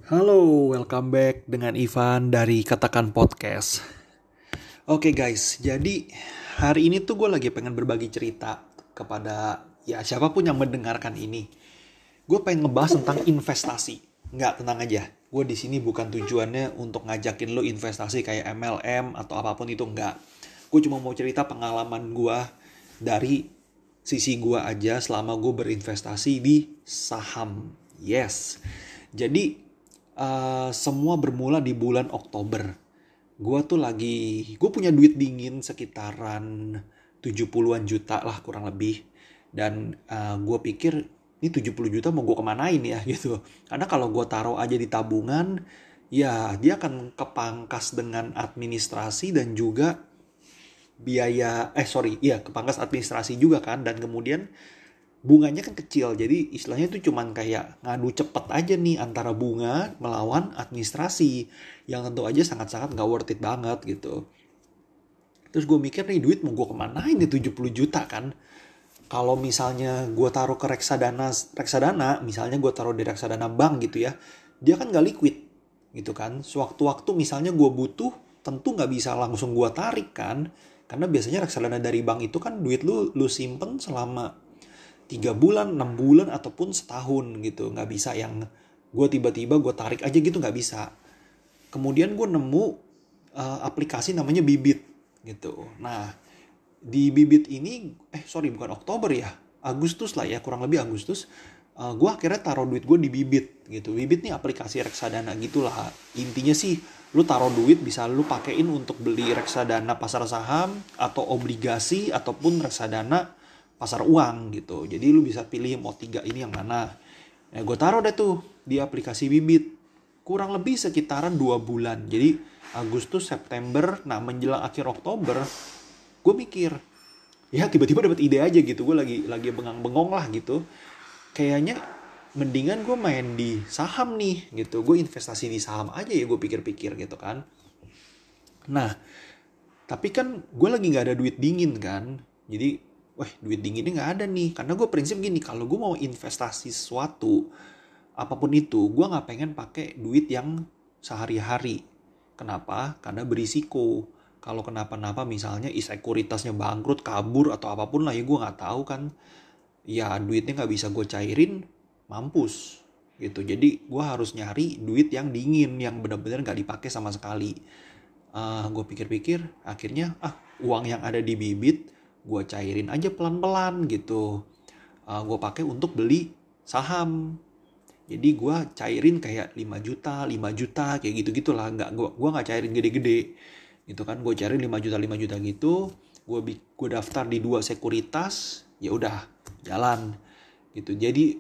Halo, welcome back dengan Ivan dari Katakan Podcast. Oke guys, jadi hari ini tuh gue lagi pengen berbagi cerita kepada siapapun yang mendengarkan ini. Gue pengen ngebahas tentang investasi. Nggak, tenang aja. Gue di sini bukan tujuannya untuk ngajakin lo investasi kayak MLM atau apapun itu, nggak. Gue cuma mau cerita pengalaman gue dari sisi gue aja selama gue berinvestasi di saham. Yes. Jadi semua bermula di bulan Oktober. Gue punya duit dingin sekitaran 70-an juta lah kurang lebih. Dan gue pikir ini 70 juta mau gue kemanain ya gitu. Karena kalau gue taruh aja di tabungan, ya dia akan kepangkas dengan administrasi dan juga kepangkas administrasi juga kan. Dan kemudian bunganya kan kecil, jadi istilahnya itu cuman kayak ngadu cepet aja nih antara bunga melawan administrasi yang tentu aja sangat-sangat gak worth it banget gitu. Terus gue mikir nih duit mau gue kemanain nih 70 juta kan. Kalau misalnya gue taruh ke reksadana, misalnya gue taruh di reksadana bank gitu ya, dia kan gak liquid gitu kan. Sewaktu-waktu misalnya gue butuh, tentu gak bisa langsung gue tarik kan. Karena biasanya reksadana dari bank itu kan duit lu simpen selama 3 bulan, 6 bulan, ataupun setahun gitu. Nggak bisa yang gue tiba-tiba gue tarik aja gitu, nggak bisa. Kemudian gue nemu aplikasi namanya Bibit gitu. Nah, di Bibit ini, bukan Oktober ya, Agustus lah ya, kurang lebih Agustus. Gue akhirnya taruh duit gue di Bibit gitu. Bibit nih aplikasi reksadana gitulah. Intinya sih, lu taruh duit bisa lu pakein untuk beli reksadana pasar saham, atau obligasi, ataupun reksadana pasar uang gitu. Jadi lu bisa pilih mau 3 ini yang mana. Nah, gue taruh deh tuh di aplikasi Bibit. Kurang lebih sekitaran 2 bulan. Jadi Agustus, September, nah menjelang akhir Oktober, gue mikir, ya tiba-tiba dapat ide aja gitu. Gue lagi bengang-bengong lah gitu. Kayaknya mendingan gue main di saham nih gitu. Gue investasi di saham aja ya, gue pikir-pikir gitu kan. Nah, tapi kan gue lagi gak ada duit dingin kan. Jadi duit dinginnya nggak ada nih. Karena gue prinsip gini, kalau gue mau investasi sesuatu, apapun itu, gue nggak pengen pakai duit yang sehari-hari. Kenapa? Karena berisiko. Kalau kenapa-napa misalnya sekuritasnya bangkrut, kabur, atau apapun lah ya gue nggak tahu kan. Ya duitnya nggak bisa gue cairin, mampus. Gitu. Jadi gue harus nyari duit yang dingin, yang benar-benar nggak dipakai sama sekali. Gue pikir-pikir, akhirnya uang yang ada di Bibit gue cairin aja pelan-pelan gitu. Gue pakai untuk beli saham. Jadi gue cairin kayak 5 juta kayak gitu-gitulah. Gue nggak cairin gede-gede gitu kan. Gue cairin 5 juta gitu. Gue daftar di 2 sekuritas, ya udah jalan gitu. Jadi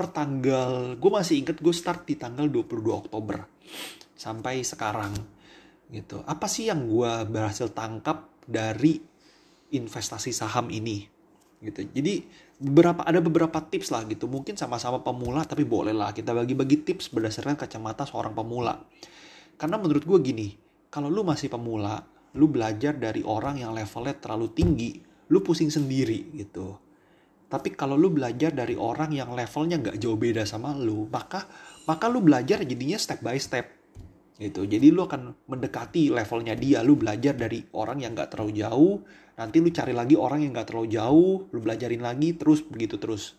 gue masih inget gue start di tanggal 22 Oktober sampai sekarang gitu. Apa sih yang gue berhasil tangkap dari investasi saham ini gitu. Jadi ada beberapa tips lah gitu. Mungkin sama-sama pemula, tapi boleh lah kita bagi-bagi tips berdasarkan kacamata seorang pemula. Karena menurut gue gini, kalau lu masih pemula, lu belajar dari orang yang levelnya terlalu tinggi, lu pusing sendiri gitu. Tapi kalau lu belajar dari orang yang levelnya gak jauh beda sama lu, maka lu belajar jadinya step by step gitu. Jadi lu akan mendekati levelnya dia. Lu belajar dari orang yang gak terlalu jauh, nanti lu cari lagi orang yang gak terlalu jauh, lu belajarin lagi, terus begitu terus.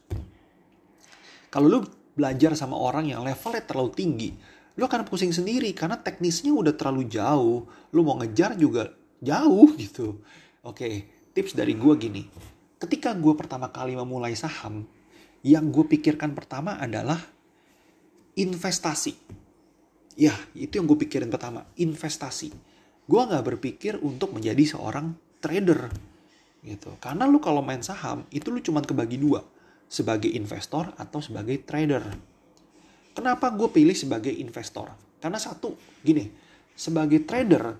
Kalau lu belajar sama orang yang levelnya terlalu tinggi, lu akan pusing sendiri karena teknisnya udah terlalu jauh. Lu mau ngejar juga jauh gitu. Oke, tips dari gue gini. Ketika gue pertama kali memulai saham, yang gue pikirkan pertama adalah investasi. Ya, itu yang gue pikirin pertama, investasi. Gue gak berpikir untuk menjadi seorang trader gitu. Karena lu kalau main saham, itu lu cuma kebagi 2. Sebagai investor atau sebagai trader. Kenapa gue pilih sebagai investor? Karena satu, gini, sebagai trader,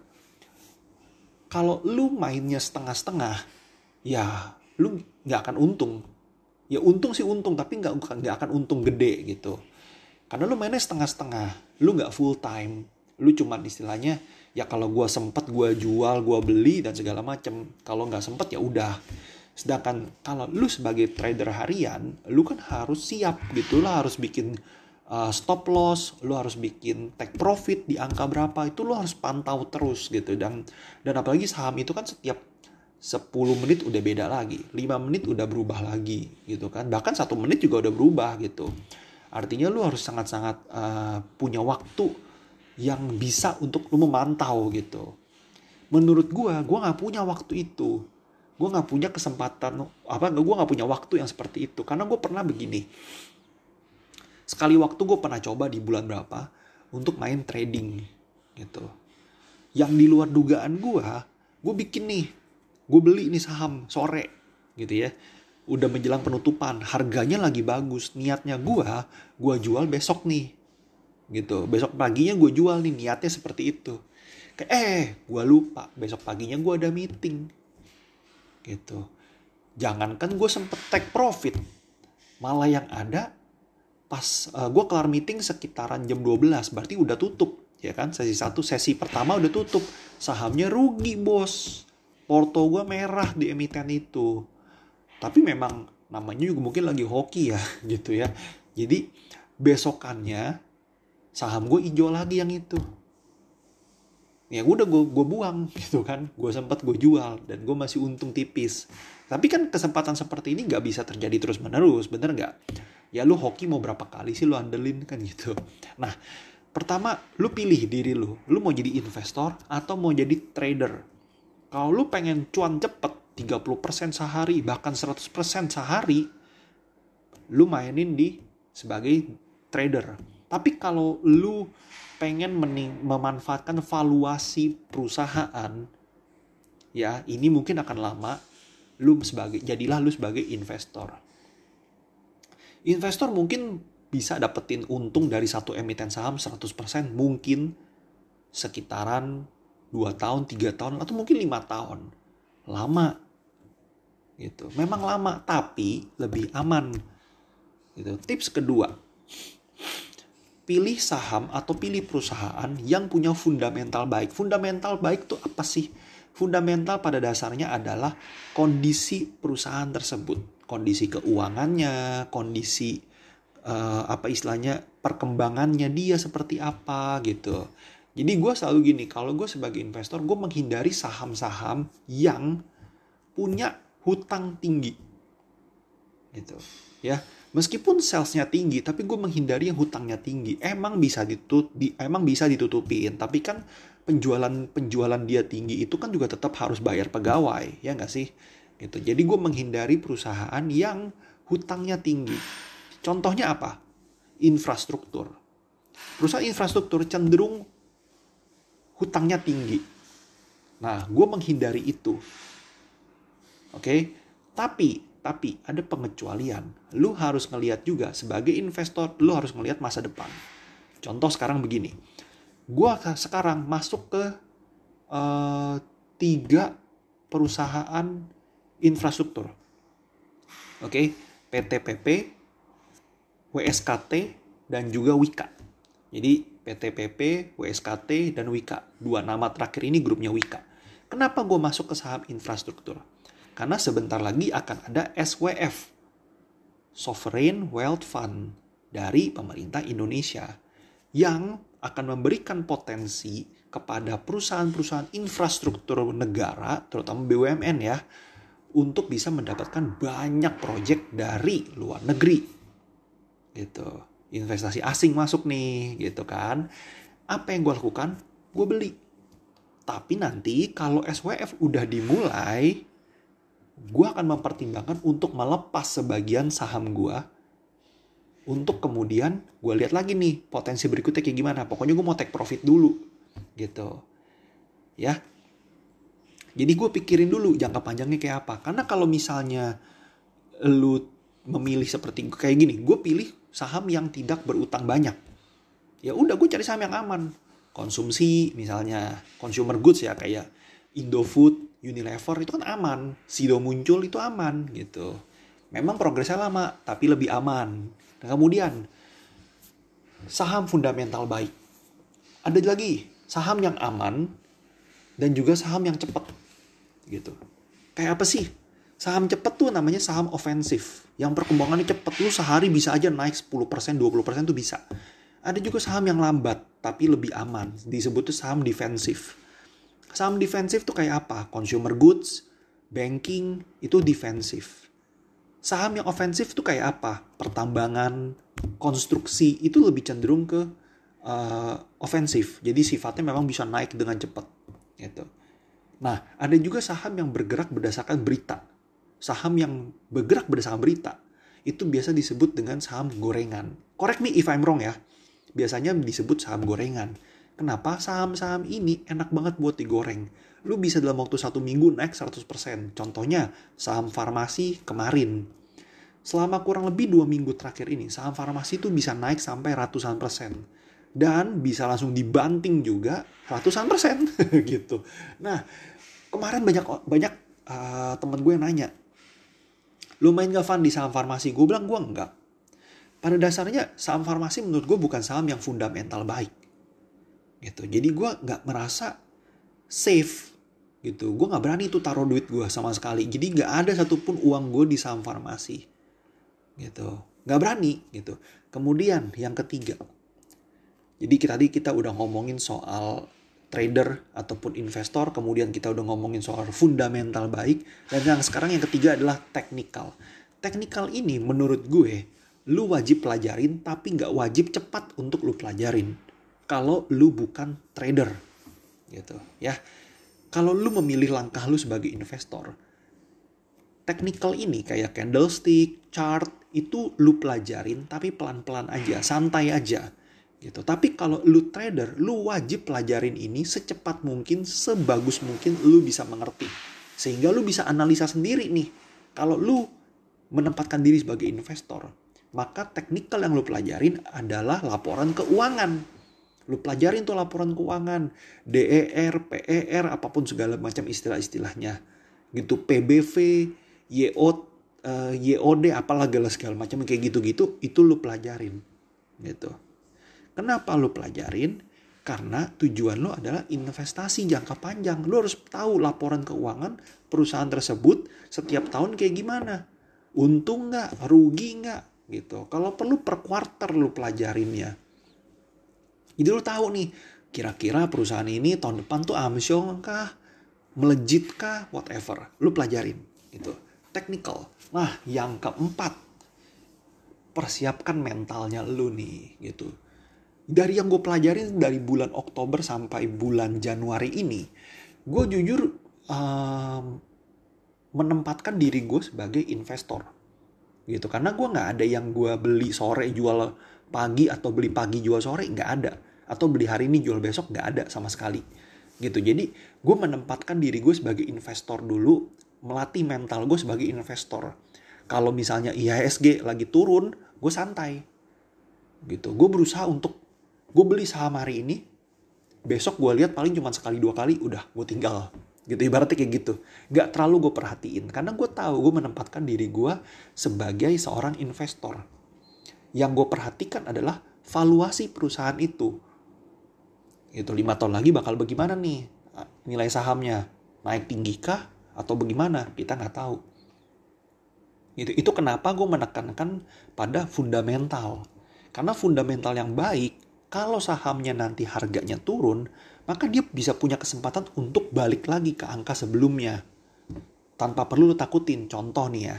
kalau lu mainnya setengah-setengah, ya lu gak akan untung. Ya untung sih untung, tapi gak akan untung gede gitu. Karena lu mainnya setengah-setengah, lu gak full time. Lu cuman istilahnya, ya kalau gue sempet gue jual, gue beli dan segala macem. Kalau gak sempet ya udah. Sedangkan kalau lu sebagai trader harian, lu kan harus siap gitu lah, harus bikin stop loss, lu harus bikin take profit di angka berapa, itu lu harus pantau terus gitu. Dan apalagi saham itu kan setiap 10 menit udah beda lagi, 5 menit udah berubah lagi gitu kan, bahkan 1 menit juga udah berubah gitu. Artinya lu harus sangat-sangat punya waktu yang bisa untuk lu memantau gitu. Menurut gue nggak punya waktu itu. Gue nggak punya kesempatan, gue nggak punya waktu yang seperti itu. Karena gue pernah begini, sekali waktu gue pernah coba di bulan berapa untuk main trading gitu. Yang di luar dugaan gue bikin nih, gue beli nih saham sore gitu ya. Udah menjelang penutupan, harganya lagi bagus. Niatnya gue jual besok nih gitu. Besok paginya gue jual nih, niatnya seperti itu. Gue lupa, besok paginya gue ada meeting gitu. Jangankan gue sempet take profit, malah yang ada pas gue kelar meeting sekitaran jam 12, berarti udah tutup ya kan, sesi pertama udah tutup, sahamnya rugi bos, porto gue merah di emiten itu. Tapi memang namanya juga mungkin lagi hoki ya gitu ya. Jadi besokannya saham gue hijau lagi yang itu. Ya udah gue buang gitu kan. Gue sempat gue jual dan gue masih untung tipis. Tapi kan kesempatan seperti ini gak bisa terjadi terus menerus, bener gak? Ya lu hoki mau berapa kali sih lu andelin kan gitu. Nah pertama lu pilih diri lu mau jadi investor atau mau jadi trader. Kalau lu pengen cuan cepet 30% sehari, bahkan 100% sehari, lu mainin di sebagai trader. Tapi kalau lu pengen memanfaatkan valuasi perusahaan, ya ini mungkin akan lama, jadilah lu sebagai investor. Investor mungkin bisa dapetin untung dari satu emiten saham 100%, mungkin sekitaran 2 tahun, 3 tahun, atau mungkin 5 tahun. Lama gitu. Memang lama, tapi lebih aman gitu. Tips kedua, pilih saham atau pilih perusahaan yang punya fundamental baik. Fundamental baik itu apa sih? Fundamental pada dasarnya adalah kondisi perusahaan tersebut, kondisi keuangannya, kondisi perkembangannya dia seperti apa gitu. Jadi gue selalu gini, kalau gue sebagai investor, gue menghindari saham-saham yang punya hutang tinggi gitu ya. Meskipun salesnya tinggi, tapi gue menghindari yang hutangnya tinggi. Emang bisa ditutupin, tapi kan penjualan dia tinggi itu kan juga tetap harus bayar pegawai, ya nggak sih? Gitu. Jadi gue menghindari perusahaan yang hutangnya tinggi. Contohnya apa? Infrastruktur. Perusahaan infrastruktur cenderung hutangnya tinggi. Nah, gue menghindari itu. Oke? Tapi ada pengecualian. Lu harus ngelihat juga sebagai investor, lu harus ngelihat masa depan. Contoh sekarang begini. Gua sekarang masuk ke 3 perusahaan infrastruktur. Oke, PTPP, WSKT, dan juga Wika. Jadi PTPP, WSKT, dan Wika. 2 nama terakhir ini grupnya Wika. Kenapa gue masuk ke saham infrastruktur? Karena sebentar lagi akan ada SWF, Sovereign Wealth Fund, dari pemerintah Indonesia, yang akan memberikan potensi kepada perusahaan-perusahaan infrastruktur negara, terutama BUMN ya, untuk bisa mendapatkan banyak proyek dari luar negeri. Gitu. Investasi asing masuk nih, gitu kan. Apa yang gue lakukan? Gue beli. Tapi nanti kalau SWF udah dimulai, gue akan mempertimbangkan untuk melepas sebagian saham gue, untuk kemudian gue lihat lagi nih potensi berikutnya kayak gimana. Pokoknya gue mau take profit dulu gitu ya. Jadi gue pikirin dulu jangka panjangnya kayak apa. Karena kalau misalnya lu memilih seperti kayak gini, gue pilih saham yang tidak berutang banyak, ya udah gue cari saham yang aman, konsumsi misalnya, consumer goods ya, kayak Indofood, Unilever, itu kan aman. Sido muncul itu aman gitu. Memang progresnya lama, tapi lebih aman. Dan kemudian saham fundamental baik. Ada lagi saham yang aman dan juga saham yang cepat gitu. Kayak apa sih? Saham cepet tuh namanya saham ofensif. Yang perkembangannya cepet, lu sehari bisa aja naik 10%, 20% tuh bisa. Ada juga saham yang lambat, tapi lebih aman. Disebut tuh saham defensif. Saham defensif tuh kayak apa? Consumer goods, banking, itu defensif. Saham yang ofensif tuh kayak apa? Pertambangan, konstruksi, itu lebih cenderung ke ofensif. Jadi sifatnya memang bisa naik dengan cepat. Gitu. Nah, ada juga saham yang bergerak berdasarkan berita. Saham yang bergerak berdasarkan berita, itu biasa disebut dengan saham gorengan. Correct me if I'm wrong ya. Biasanya disebut saham gorengan. Kenapa? Saham-saham ini enak banget buat digoreng. Lu bisa dalam waktu 1 minggu naik 100%. Contohnya, saham farmasi kemarin. Selama kurang lebih 2 minggu terakhir ini, saham farmasi itu bisa naik sampai ratusan persen. Dan bisa langsung dibanting juga ratusan persen gitu. Nah, kemarin banyak temen gue yang nanya, lu main gak Van di saham farmasi? Gue bilang gue enggak. Pada dasarnya saham farmasi menurut gue bukan saham yang fundamental baik. Gitu. Jadi gue gak merasa safe. Gitu. Gue gak berani tuh taruh duit gue sama sekali. Jadi gak ada satupun uang gue di saham farmasi. Gitu. Gak berani. Gitu. Kemudian yang ketiga. Jadi tadi kita udah ngomongin soal trader ataupun investor, kemudian kita udah ngomongin soal fundamental baik, dan yang sekarang yang ketiga adalah technical. Technical ini menurut gue, lu wajib pelajarin tapi nggak wajib cepat untuk lu pelajarin. Kalau lu bukan trader, gitu ya. Kalau lu memilih langkah lu sebagai investor, technical ini kayak candlestick, chart, itu lu pelajarin tapi pelan-pelan aja, santai aja. Gitu. Tapi kalau lu trader, lu wajib pelajarin ini secepat mungkin, sebagus mungkin lu bisa mengerti. Sehingga lu bisa analisa sendiri nih. Kalau lu menempatkan diri sebagai investor, maka teknikal yang lu pelajarin adalah laporan keuangan. Lu pelajarin tuh laporan keuangan, DER, PER, apapun segala macam istilah-istilahnya. Gitu, PBV, YOD, apalah segala macam kayak gitu-gitu, itu lu pelajarin. Gitu. Kenapa lo pelajarin? Karena tujuan lo adalah investasi jangka panjang. Lo harus tahu laporan keuangan perusahaan tersebut setiap tahun kayak gimana. Untung nggak? Rugi nggak? Gitu. Kalau perlu per kuarter lo pelajarinnya. Jadi lo tahu nih, kira-kira perusahaan ini tahun depan tuh amsyong kah? Melejit kah? Whatever. Lo pelajarin. Gitu. Technical. Nah, yang keempat. Persiapkan mentalnya lo nih. Gitu. Dari yang gue pelajarin dari bulan Oktober sampai bulan Januari ini, gue jujur menempatkan diri gue sebagai investor. Gitu. Karena gue gak ada yang gue beli sore jual pagi atau beli pagi jual sore, gak ada. Atau beli hari ini jual besok, gak ada sama sekali. Gitu. Jadi gue menempatkan diri gue sebagai investor dulu, melatih mental gue sebagai investor. Kalau misalnya IHSG lagi turun, gue santai. Gitu. Gue berusaha untuk gue beli saham hari ini, besok gue lihat paling cuma sekali 2 kali, udah gue tinggal. Gitu, ibaratnya kayak gitu. Gak terlalu gue perhatiin, karena gue tahu gue menempatkan diri gue sebagai seorang investor. Yang gue perhatikan adalah valuasi perusahaan itu. Gitu, 5 tahun lagi bakal bagaimana nih nilai sahamnya? Naik tinggi kah? Atau bagaimana? Kita gak tahu. Gitu, itu kenapa gue menekankan pada fundamental. Karena fundamental yang baik, kalau sahamnya nanti harganya turun, maka dia bisa punya kesempatan untuk balik lagi ke angka sebelumnya. Tanpa perlu lu takutin. Contoh nih ya.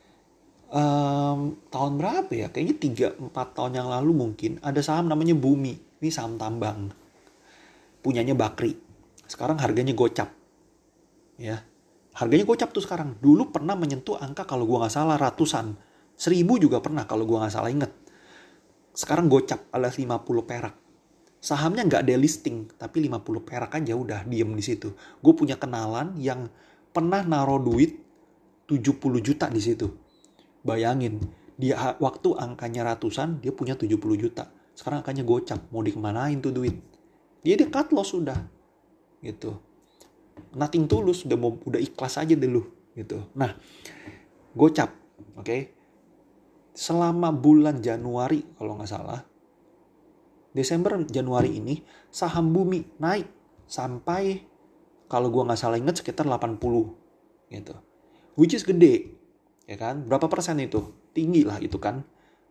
Tahun berapa ya? Kayaknya 3-4 tahun yang lalu mungkin. Ada saham namanya Bumi. Ini saham tambang. Punyanya Bakri. Sekarang harganya gocap. Ya. Harganya gocap tuh sekarang. Dulu pernah menyentuh angka kalau gue gak salah ratusan. 1000 juga pernah kalau gue gak salah inget. Sekarang gocap alias 50 perak. Sahamnya nggak ada listing, tapi 50 perak aja udah diem di situ. Gue punya kenalan yang pernah naruh duit 70 juta di situ. Bayangin, dia waktu angkanya ratusan, dia punya 70 juta. Sekarang angkanya gocap, mau dikemanain tuh duit? Dia cut loss sudah, gitu. Nothing tulus, udah ikhlas aja dulu, gitu. Nah, gocap, oke. Selama bulan Januari kalau nggak salah, Desember Januari ini saham Bumi naik sampai kalau gue nggak salah ingat sekitar 80 gitu. which is gede, ya kan? Berapa persen itu? Tinggi lah itu kan.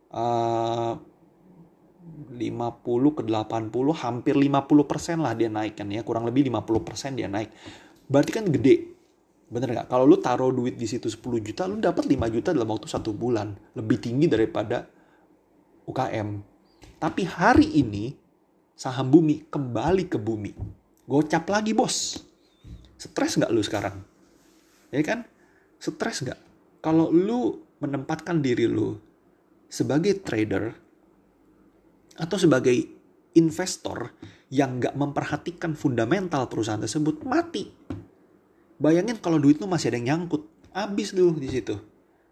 50 ke 80, hampir 50% lah dia naik kan ya, kurang lebih 50% dia naik. Berarti kan gede, bener nggak? Kalau lu taruh duit di situ 10 juta, lu dapat 5 juta dalam waktu 1 bulan, lebih tinggi daripada UKM. Tapi hari ini saham bumi kembali ke bumi, gocap lagi bos. Stres nggak lu sekarang? Ya kan? Stres nggak? Kalau lu menempatkan diri lu sebagai trader atau sebagai investor yang nggak memperhatikan fundamental perusahaan tersebut, mati. Bayangin kalau duit lu masih ada yang nyangkut, habis lu di situ,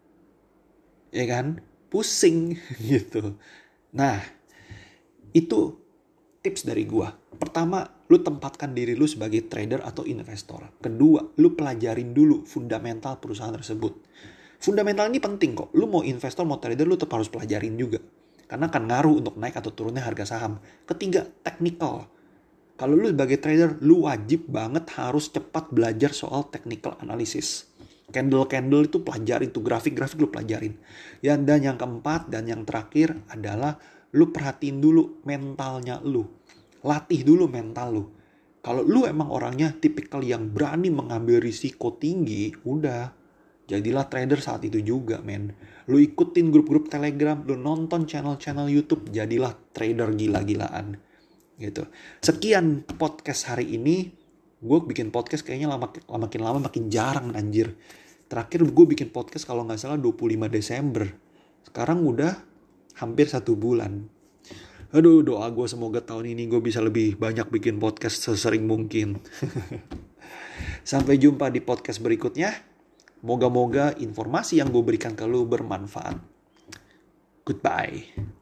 ya kan? Pusing gitu. Nah, itu tips dari gua. Pertama, lu tempatkan diri lu sebagai trader atau investor. Kedua, lu pelajarin dulu fundamental perusahaan tersebut. Fundamental ini penting kok. Lu mau investor, mau trader, lu tetap harus pelajarin juga. Karena akan ngaruh untuk naik atau turunnya harga saham. Ketiga, technical. Kalau lu sebagai trader, lu wajib banget harus cepat belajar soal technical analysis. Candle-candle itu pelajarin, tuh grafik-grafik lu pelajarin. Dan yang keempat dan yang terakhir adalah lu perhatiin dulu mentalnya lu. Latih dulu mental lu. Kalau lu emang orangnya tipikal yang berani mengambil risiko tinggi, udah. Jadilah trader saat itu juga, men. Lu ikutin grup-grup Telegram, lu nonton channel-channel YouTube, jadilah trader gila-gilaan. Gitu. Sekian podcast hari ini. Gue bikin podcast kayaknya makin lama makin jarang anjir. Terakhir gue bikin podcast kalau nggak salah 25 Desember. Sekarang udah hampir 1 bulan. Aduh, doa gue semoga tahun ini gue bisa lebih banyak bikin podcast sesering mungkin. Sampai jumpa di podcast berikutnya. Moga-moga informasi yang gue berikan ke lu bermanfaat. Goodbye.